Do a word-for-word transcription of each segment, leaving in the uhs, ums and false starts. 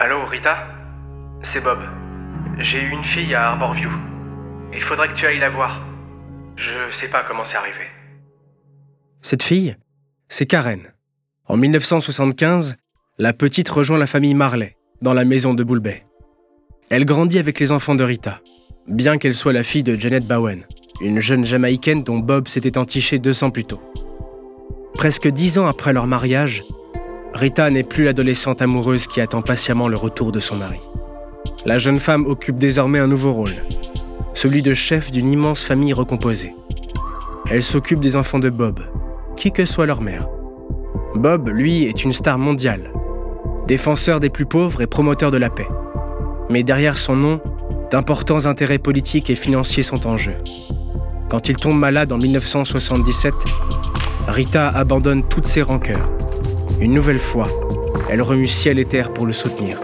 Allô, Rita? C'est Bob. J'ai eu une fille à Arborview. Il faudrait que tu ailles la voir. Je sais pas comment c'est arrivé. Cette fille, c'est Karen. En dix-neuf cent soixante-quinze, la petite rejoint la famille Marley, dans la maison de Bull Bay. Elle grandit avec les enfants de Rita, bien qu'elle soit la fille de Janet Bowen, une jeune Jamaïcaine dont Bob s'était entiché deux ans plus tôt. Presque dix ans après leur mariage, Rita n'est plus l'adolescente amoureuse qui attend patiemment le retour de son mari. La jeune femme occupe désormais un nouveau rôle, celui de chef d'une immense famille recomposée. Elle s'occupe des enfants de Bob, qui que soit leur mère. Bob, lui, est une star mondiale, défenseur des plus pauvres et promoteur de la paix. Mais derrière son nom, d'importants intérêts politiques et financiers sont en jeu. Quand il tombe malade en dix-neuf cent soixante-dix-sept, Rita abandonne toutes ses rancœurs. Une nouvelle fois, elle remue ciel et terre pour le soutenir.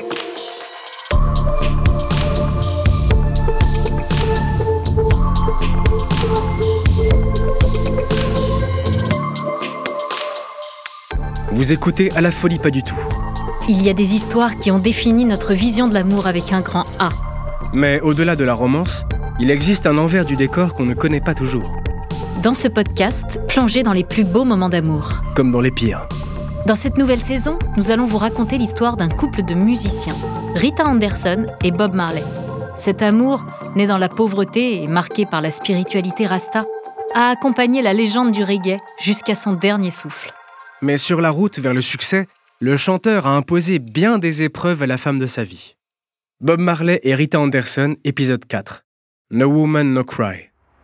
Vous écoutez À la folie pas du tout. Il y a des histoires qui ont défini notre vision de l'amour avec un grand A. Mais au-delà de la romance, il existe un envers du décor qu'on ne connaît pas toujours. Dans ce podcast, plongez dans les plus beaux moments d'amour. Comme dans les pires. Dans cette nouvelle saison, nous allons vous raconter l'histoire d'un couple de musiciens, Rita Anderson et Bob Marley. Cet amour, né dans la pauvreté et marqué par la spiritualité rasta, a accompagné la légende du reggae jusqu'à son dernier souffle. Mais sur la route vers le succès, le chanteur a imposé bien des épreuves à la femme de sa vie. Bob Marley et Rita Anderson, épisode quatre. No Woman, No Cry.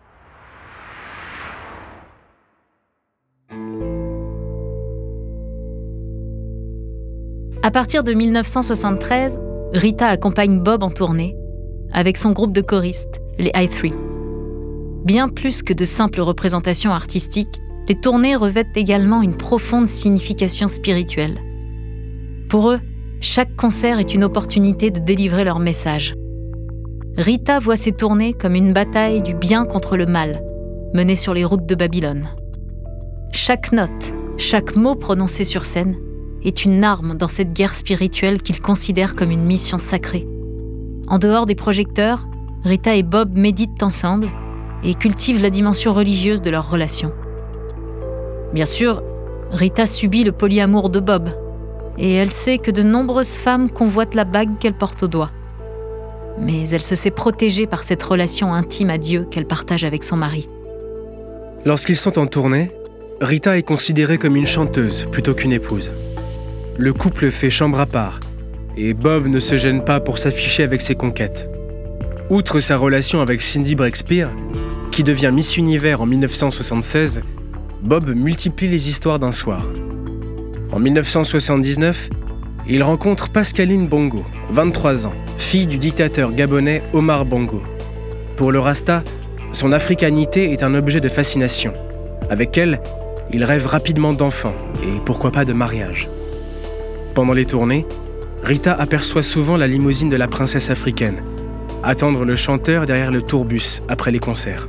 À partir de dix-neuf cent soixante-treize, Rita accompagne Bob en tournée avec son groupe de choristes, les I trois. Bien plus que de simples représentations artistiques, les tournées revêtent également une profonde signification spirituelle. Pour eux, chaque concert est une opportunité de délivrer leur message. Rita voit ces tournées comme une bataille du bien contre le mal, menée sur les routes de Babylone. Chaque note, chaque mot prononcé sur scène est une arme dans cette guerre spirituelle qu'ils considèrent comme une mission sacrée. En dehors des projecteurs, Rita et Bob méditent ensemble et cultivent la dimension religieuse de leur relation. Bien sûr, Rita subit le polyamour de Bob, et elle sait que de nombreuses femmes convoitent la bague qu'elle porte au doigt. Mais elle se sait protégée par cette relation intime à Dieu qu'elle partage avec son mari. Lorsqu'ils sont en tournée, Rita est considérée comme une chanteuse plutôt qu'une épouse. Le couple fait chambre à part, et Bob ne se gêne pas pour s'afficher avec ses conquêtes. Outre sa relation avec Cindy Breakspear, qui devient Miss Univers en dix-neuf cent soixante-seize, Bob multiplie les histoires d'un soir. En dix-neuf cent soixante-dix-neuf, il rencontre Pascaline Bongo, vingt-trois ans, fille du dictateur gabonais Omar Bongo. Pour le Rasta, son africanité est un objet de fascination. Avec elle, il rêve rapidement d'enfants et pourquoi pas de mariage. Pendant les tournées, Rita aperçoit souvent la limousine de la princesse africaine, attendre le chanteur derrière le tourbus après les concerts.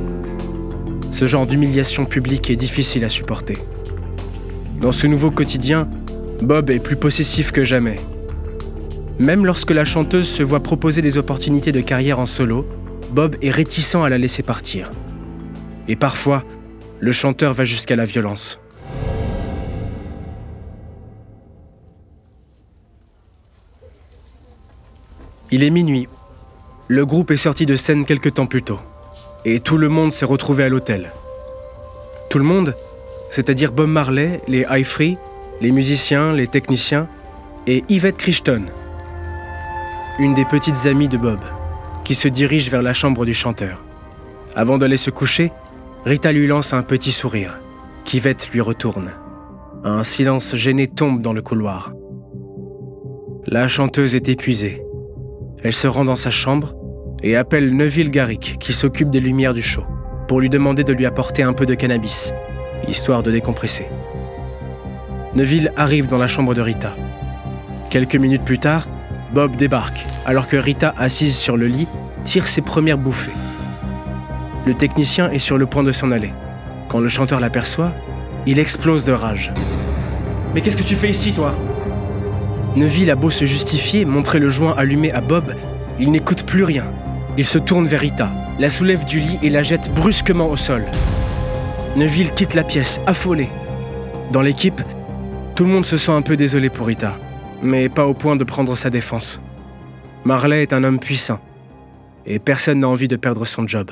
Ce genre d'humiliation publique est difficile à supporter. Dans ce nouveau quotidien, Bob est plus possessif que jamais. Même lorsque la chanteuse se voit proposer des opportunités de carrière en solo, Bob est réticent à la laisser partir. Et parfois, le chanteur va jusqu'à la violence. Il est minuit. Le groupe est sorti de scène quelque temps plus tôt. Et tout le monde s'est retrouvé à l'hôtel. Tout le monde, c'est-à-dire Bob Marley, les I trois, les musiciens, les techniciens, et Yvette Crichton, une des petites amies de Bob, qui se dirige vers la chambre du chanteur. Avant d'aller se coucher, Rita lui lance un petit sourire, qu'Yvette lui retourne. Un silence gêné tombe dans le couloir. La chanteuse est épuisée. Elle se rend dans sa chambre et appelle Neville Garrick, qui s'occupe des lumières du show, pour lui demander de lui apporter un peu de cannabis, histoire de décompresser. Neville arrive dans la chambre de Rita. Quelques minutes plus tard, Bob débarque, alors que Rita, assise sur le lit, tire ses premières bouffées. Le technicien est sur le point de s'en aller. Quand le chanteur l'aperçoit, il explose de rage. « Mais qu'est-ce que tu fais ici, toi ?» Neville a beau se justifier, montrer le joint allumé à Bob, il n'écoute plus rien. Il se tourne vers Rita, la soulève du lit et la jette brusquement au sol. Neville quitte la pièce, affolé. Dans l'équipe, tout le monde se sent un peu désolé pour Rita, mais pas au point de prendre sa défense. Marley est un homme puissant, et personne n'a envie de perdre son job.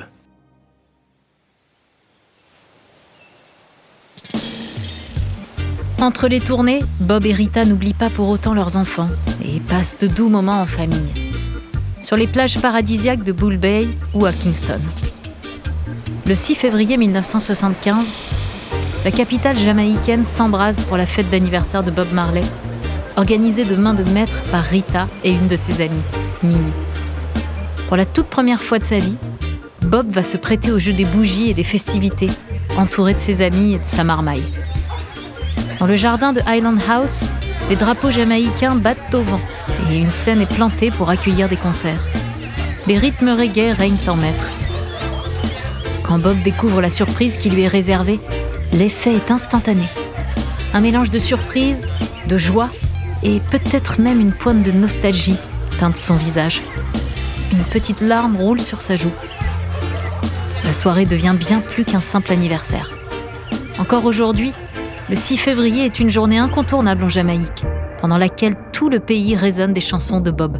Entre les tournées, Bob et Rita n'oublient pas pour autant leurs enfants et passent de doux moments en famille, sur les plages paradisiaques de Bull Bay ou à Kingston. Le six février mille neuf cent soixante-quinze, la capitale jamaïcaine s'embrase pour la fête d'anniversaire de Bob Marley, organisée de main de maître par Rita et une de ses amies, Minnie. Pour la toute première fois de sa vie, Bob va se prêter au jeu des bougies et des festivités, entouré de ses amis et de sa marmaille. Dans le jardin de Highland House, les drapeaux jamaïcains battent au vent et une scène est plantée pour accueillir des concerts. Les rythmes reggae règnent en maître. Quand Bob découvre la surprise qui lui est réservée, l'effet est instantané. Un mélange de surprise, de joie et peut-être même une pointe de nostalgie teinte son visage. Une petite larme roule sur sa joue. La soirée devient bien plus qu'un simple anniversaire. Encore aujourd'hui, le six février est une journée incontournable en Jamaïque, pendant laquelle tout le pays résonne des chansons de Bob.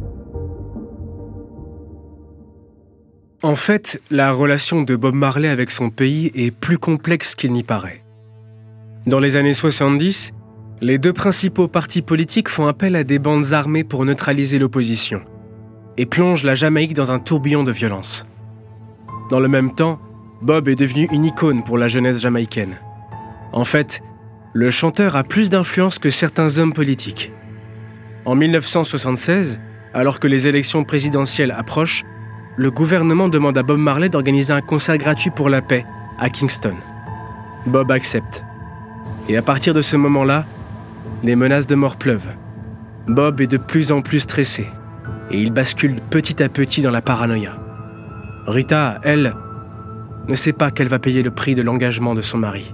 En fait, la relation de Bob Marley avec son pays est plus complexe qu'il n'y paraît. Dans les années soixante-dix, les deux principaux partis politiques font appel à des bandes armées pour neutraliser l'opposition et plongent la Jamaïque dans un tourbillon de violence. Dans le même temps, Bob est devenu une icône pour la jeunesse jamaïcaine. En fait, le chanteur a plus d'influence que certains hommes politiques. En mille neuf cent soixante-seize, alors que les élections présidentielles approchent, le gouvernement demande à Bob Marley d'organiser un concert gratuit pour la paix à Kingston. Bob accepte. Et à partir de ce moment-là, les menaces de mort pleuvent. Bob est de plus en plus stressé et il bascule petit à petit dans la paranoïa. Rita, elle, ne sait pas qu'elle va payer le prix de l'engagement de son mari.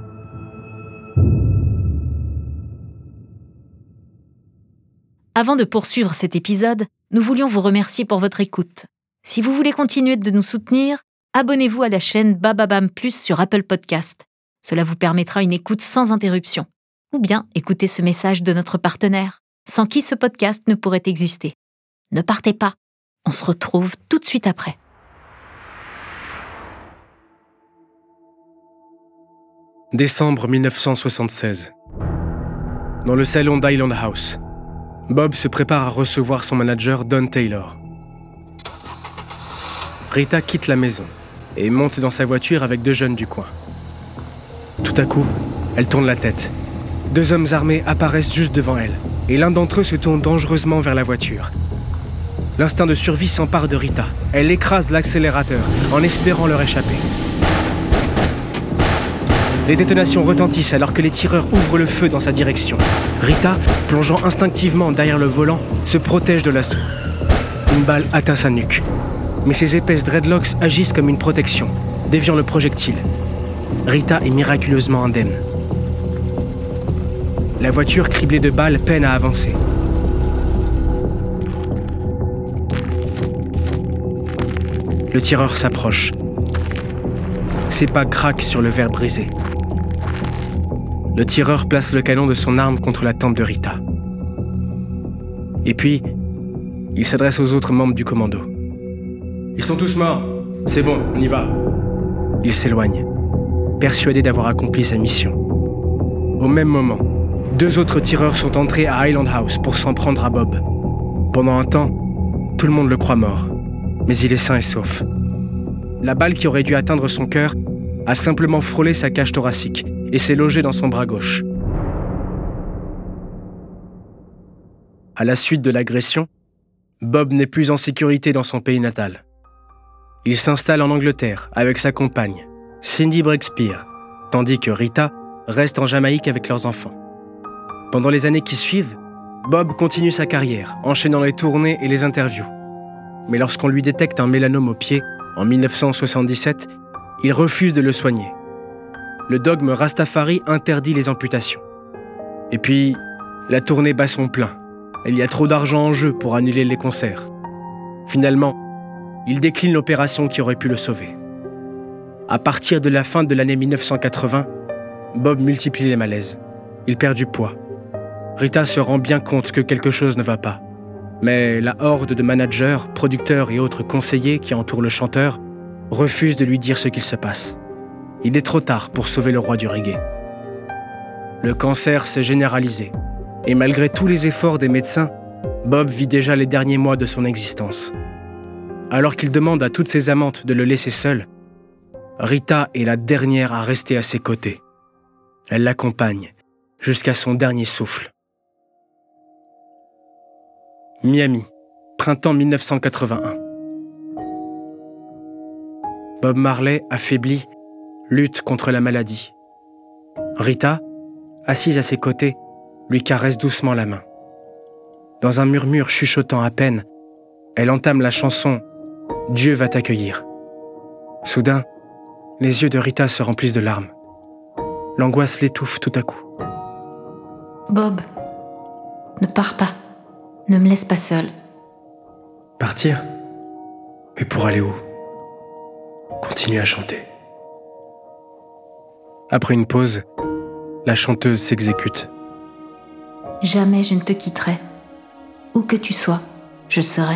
Avant de poursuivre cet épisode, nous voulions vous remercier pour votre écoute. Si vous voulez continuer de nous soutenir, abonnez-vous à la chaîne Bababam Plus sur Apple Podcast. Cela vous permettra une écoute sans interruption. Ou bien écoutez ce message de notre partenaire, sans qui ce podcast ne pourrait exister. Ne partez pas, on se retrouve tout de suite après. Décembre mille neuf cent soixante-seize. Dans le salon d'Highland House, Bob se prépare à recevoir son manager Don Taylor. Rita quitte la maison et monte dans sa voiture avec deux jeunes du coin. Tout à coup, elle tourne la tête. Deux hommes armés apparaissent juste devant elle et l'un d'entre eux se tourne dangereusement vers la voiture. L'instinct de survie s'empare de Rita. Elle écrase l'accélérateur en espérant leur échapper. Les détonations retentissent alors que les tireurs ouvrent le feu dans sa direction. Rita, plongeant instinctivement derrière le volant, se protège de l'assaut. Une balle atteint sa nuque. Mais ses épaisses dreadlocks agissent comme une protection, déviant le projectile. Rita est miraculeusement indemne. La voiture, criblée de balles, peine à avancer. Le tireur s'approche. Ses pas craquent sur le verre brisé. Le tireur place le canon de son arme contre la tempe de Rita. Et puis, il s'adresse aux autres membres du commando. « Ils sont tous morts. C'est bon, on y va. » Il s'éloigne, persuadé d'avoir accompli sa mission. Au même moment, deux autres tireurs sont entrés à Highland House pour s'en prendre à Bob. Pendant un temps, tout le monde le croit mort, mais il est sain et sauf. La balle qui aurait dû atteindre son cœur a simplement frôlé sa cage thoracique et s'est logée dans son bras gauche. À la suite de l'agression, Bob n'est plus en sécurité dans son pays natal. Il s'installe en Angleterre avec sa compagne, Cindy Breakspear, tandis que Rita reste en Jamaïque avec leurs enfants. Pendant les années qui suivent, Bob continue sa carrière, enchaînant les tournées et les interviews. Mais lorsqu'on lui détecte un mélanome au pied, en mille neuf cent soixante-dix-sept, il refuse de le soigner. Le dogme Rastafari interdit les amputations. Et puis, la tournée bat son plein. Il y a trop d'argent en jeu pour annuler les concerts. Finalement, il décline l'opération qui aurait pu le sauver. À partir de la fin de l'année mille neuf cent quatre-vingts, Bob multiplie les malaises. Il perd du poids. Rita se rend bien compte que quelque chose ne va pas. Mais la horde de managers, producteurs et autres conseillers qui entourent le chanteur refuse de lui dire ce qu'il se passe. Il est trop tard pour sauver le roi du reggae. Le cancer s'est généralisé. Et malgré tous les efforts des médecins, Bob vit déjà les derniers mois de son existence. Alors qu'il demande à toutes ses amantes de le laisser seul, Rita est la dernière à rester à ses côtés. Elle l'accompagne jusqu'à son dernier souffle. Miami, printemps mille neuf cent quatre-vingt-un. Bob Marley, affaibli, lutte contre la maladie. Rita, assise à ses côtés, lui caresse doucement la main. Dans un murmure chuchotant à peine, elle entame la chanson « Dieu va t'accueillir ». Soudain, les yeux de Rita se remplissent de larmes. L'angoisse l'étouffe tout à coup. Bob, ne pars pas. Ne me laisse pas seule. Partir ? Mais pour aller où ? Continue à chanter. Après une pause, la chanteuse s'exécute. Jamais je ne te quitterai. Où que tu sois, je serai.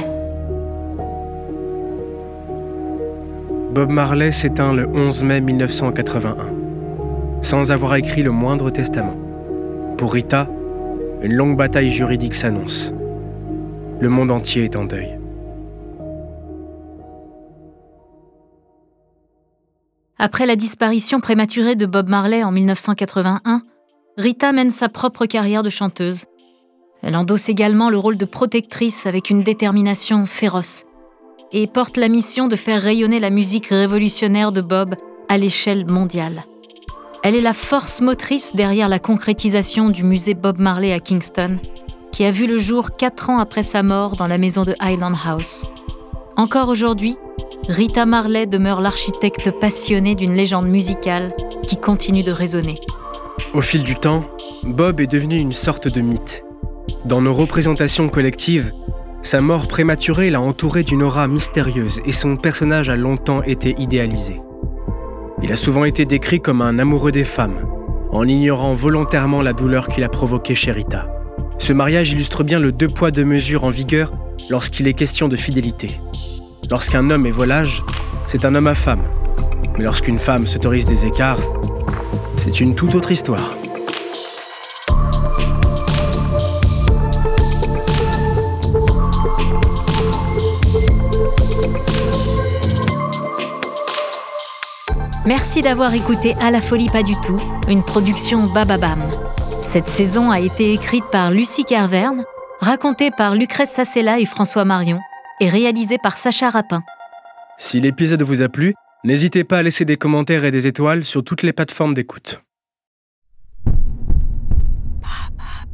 Bob Marley s'éteint le onze mai mille neuf cent quatre-vingt-un, sans avoir écrit le moindre testament. Pour Rita, une longue bataille juridique s'annonce. Le monde entier est en deuil. Après la disparition prématurée de Bob Marley en mille neuf cent quatre-vingt-un, Rita mène sa propre carrière de chanteuse. Elle endosse également le rôle de protectrice avec une détermination féroce et porte la mission de faire rayonner la musique révolutionnaire de Bob à l'échelle mondiale. Elle est la force motrice derrière la concrétisation du musée Bob Marley à Kingston, qui a vu le jour quatre ans après sa mort dans la maison de Highland House. Encore aujourd'hui, Rita Marley demeure l'architecte passionné d'une légende musicale qui continue de résonner. Au fil du temps, Bob est devenu une sorte de mythe. Dans nos représentations collectives, sa mort prématurée l'a entouré d'une aura mystérieuse et son personnage a longtemps été idéalisé. Il a souvent été décrit comme un amoureux des femmes, en ignorant volontairement la douleur qu'il a provoquée chez Rita. Ce mariage illustre bien le deux poids deux mesures en vigueur lorsqu'il est question de fidélité. Lorsqu'un homme est volage, c'est un homme à femme. Mais lorsqu'une femme s'autorise des écarts, c'est une toute autre histoire. Merci d'avoir écouté À la folie pas du tout, une production Bababam. Cette saison a été écrite par Lucie Carverne, racontée par Lucrèce Sassella et François Marion, et réalisée par Sacha Rapin. Si l'épisode vous a plu, n'hésitez pas à laisser des commentaires et des étoiles sur toutes les plateformes d'écoute. Ba, ba.